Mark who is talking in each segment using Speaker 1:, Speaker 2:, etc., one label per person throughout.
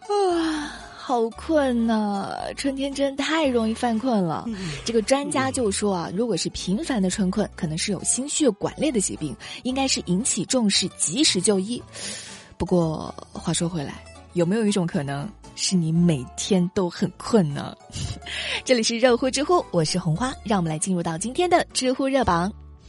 Speaker 1: 好困呐！春天真太容易犯困了。这个专家就说啊，如果是频繁的春困，可能是有心血管类的疾病，应该是引起重视，及时就医。不过话说回来，有没有一种可能是你每天都很困呢？这里是热乎知乎，我是红花，让我们来进入到今天的知乎热榜。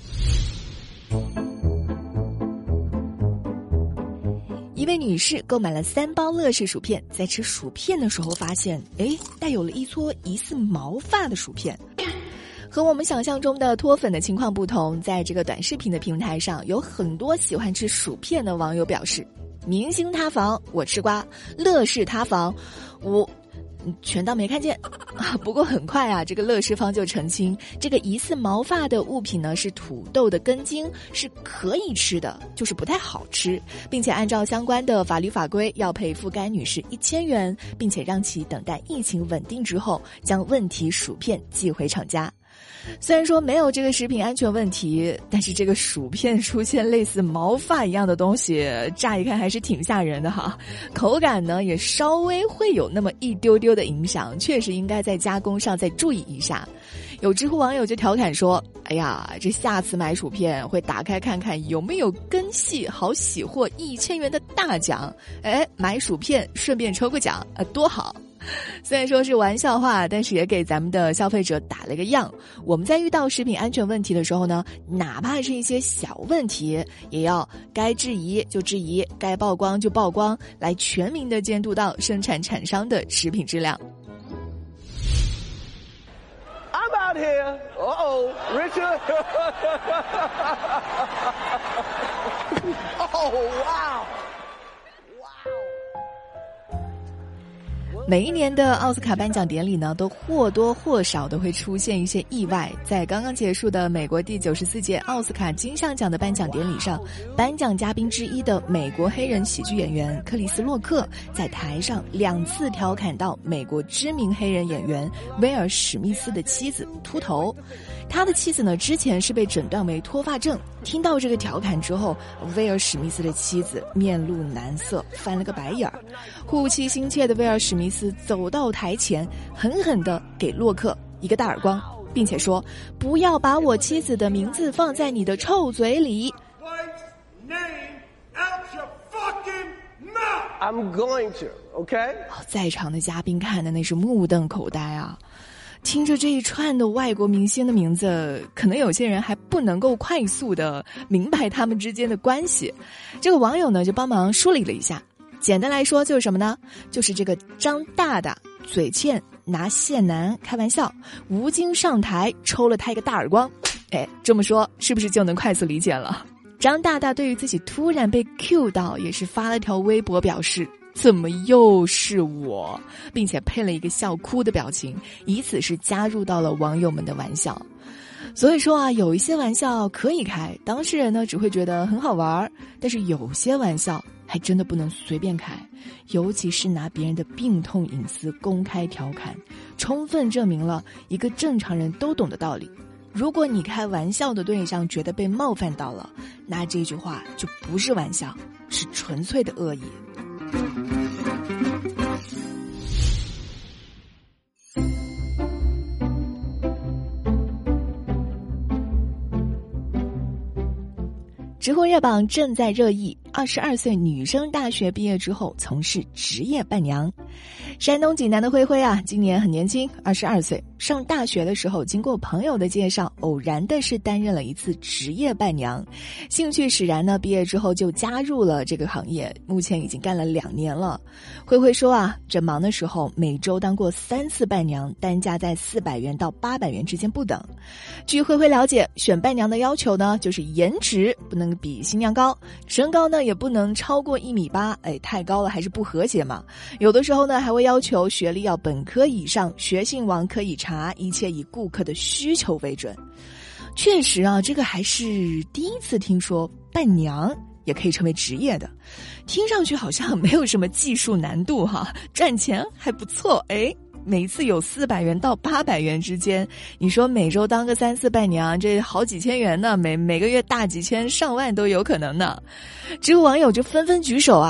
Speaker 1: 一位女士购买了3包乐事薯片，在吃薯片的时候发现，带有了一撮疑似毛发的薯片。和我们想象中的脱粉的情况不同，在这个短视频的平台上，有很多喜欢吃薯片的网友表示，明星塌房我吃瓜，乐事塌房我全当没看见。不过很快啊，这个乐事方就澄清，这个疑似毛发的物品呢是土豆的根茎，是可以吃的，就是不太好吃，并且按照相关的法律法规要赔付该女士1000元，并且让其等待疫情稳定之后将问题薯片寄回厂家。虽然说没有这个食品安全问题，但是这个薯片出现类似毛发一样的东西，乍一看还是挺吓人的哈。口感呢也稍微会有那么一丢丢的影响，确实应该在加工上再注意一下。有知乎网友就调侃说，哎呀，这下次买薯片会打开看看有没有根系，好喜获1000元的大奖。买薯片顺便抽个奖，多好。虽然说是玩笑话，但是也给咱们的消费者打了个样。我们在遇到食品安全问题的时候呢，哪怕是一些小问题，也要该质疑就质疑，该曝光就曝光，来全民的监督到生产厂商的食品质量。
Speaker 2: I'm out here. Richard. Oh, wow.
Speaker 1: 每一年的奥斯卡颁奖典礼呢，都或多或少的会出现一些意外。在刚刚结束的美国第94届奥斯卡金像奖的颁奖典礼上，颁奖嘉宾之一的美国黑人喜剧演员克里斯洛克在台上2次调侃到美国知名黑人演员威尔史密斯的妻子秃头。他的妻子呢，之前是被诊断为脱发症。听到这个调侃之后，威尔史密斯的妻子面露难色，翻了个白眼儿。护妻心切的威尔史密斯走到台前，狠狠地给洛克一个大耳光，并且说，不要把我妻子的名字放在你的臭嘴里。
Speaker 2: I'm going to, okay?
Speaker 1: 在场的嘉宾看的那是目瞪口呆啊。听着这一串的外国明星的名字，可能有些人还不能够快速的明白他们之间的关系。这个网友呢就帮忙梳理了一下，简单来说就是什么呢？就是这个张大大嘴欠拿谢楠开玩笑，吴京上台抽了他一个大耳光。这么说是不是就能快速理解了？张大大对于自己突然被 Q 到，也是发了条微博表示，怎么又是我，并且配了一个笑哭的表情，以此是加入到了网友们的玩笑。所以说啊，有一些玩笑可以开，当事人呢只会觉得很好玩，但是有些玩笑还真的不能随便开，尤其是拿别人的病痛隐私公开调侃，充分证明了一个正常人都懂的道理。如果你开玩笑的对象觉得被冒犯到了，那这句话就不是玩笑，是纯粹的恶意。知乎热榜正在热议，22岁女生大学毕业之后从事职业伴娘。山东济南的灰灰啊，今年很年轻，22岁。上大学的时候，经过朋友的介绍，偶然的是担任了一次职业伴娘。兴趣使然呢，毕业之后就加入了这个行业，目前已经干了2年了。灰灰说啊，这忙的时候每周当过3次伴娘，单价在400元到800元之间不等。据灰灰了解，选伴娘的要求呢，就是颜值不能比新娘高，身高呢也不能超过1.8米，太高了还是不和谐嘛。有的时候呢还会要求学历要本科以上，学信网可以查，一切以顾客的需求为准。确实啊，这个还是第一次听说伴娘也可以成为职业的，听上去好像没有什么技术难度哈，赚钱还不错。每次有400元到800元之间，你说每周当个3、4伴娘，这好几千元呢，每个月大几千上万都有可能呢。知乎网友就纷纷举手啊，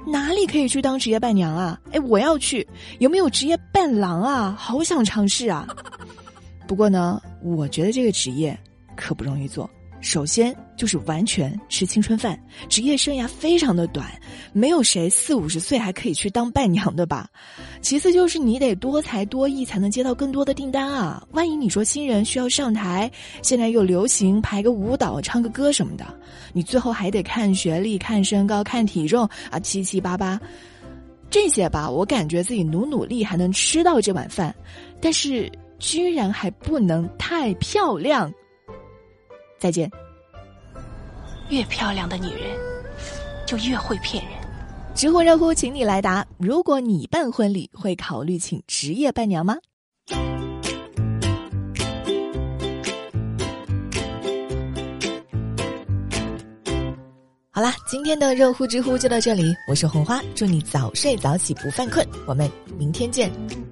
Speaker 1: 哪里可以去当职业伴娘啊？我要去，有没有职业伴郎啊？好想尝试啊！不过呢，我觉得这个职业可不容易做。首先就是完全吃青春饭，职业生涯非常的短，没有谁40-50岁还可以去当伴娘的吧。其次就是你得多才多艺才能接到更多的订单啊，万一你说新人需要上台，现在又流行排个舞蹈唱个歌什么的，你最后还得看学历看身高看体重啊，七七八八这些吧，我感觉自己努力还能吃到这碗饭，但是居然还不能太漂亮。再见。
Speaker 3: 越漂亮的女人就越会骗人。
Speaker 1: 知乎热乎，请你来答：如果你办婚礼，会考虑请职业伴娘吗？好啦，今天的热乎知乎就到这里，我是红花，祝你早睡早起不犯困，我们明天见。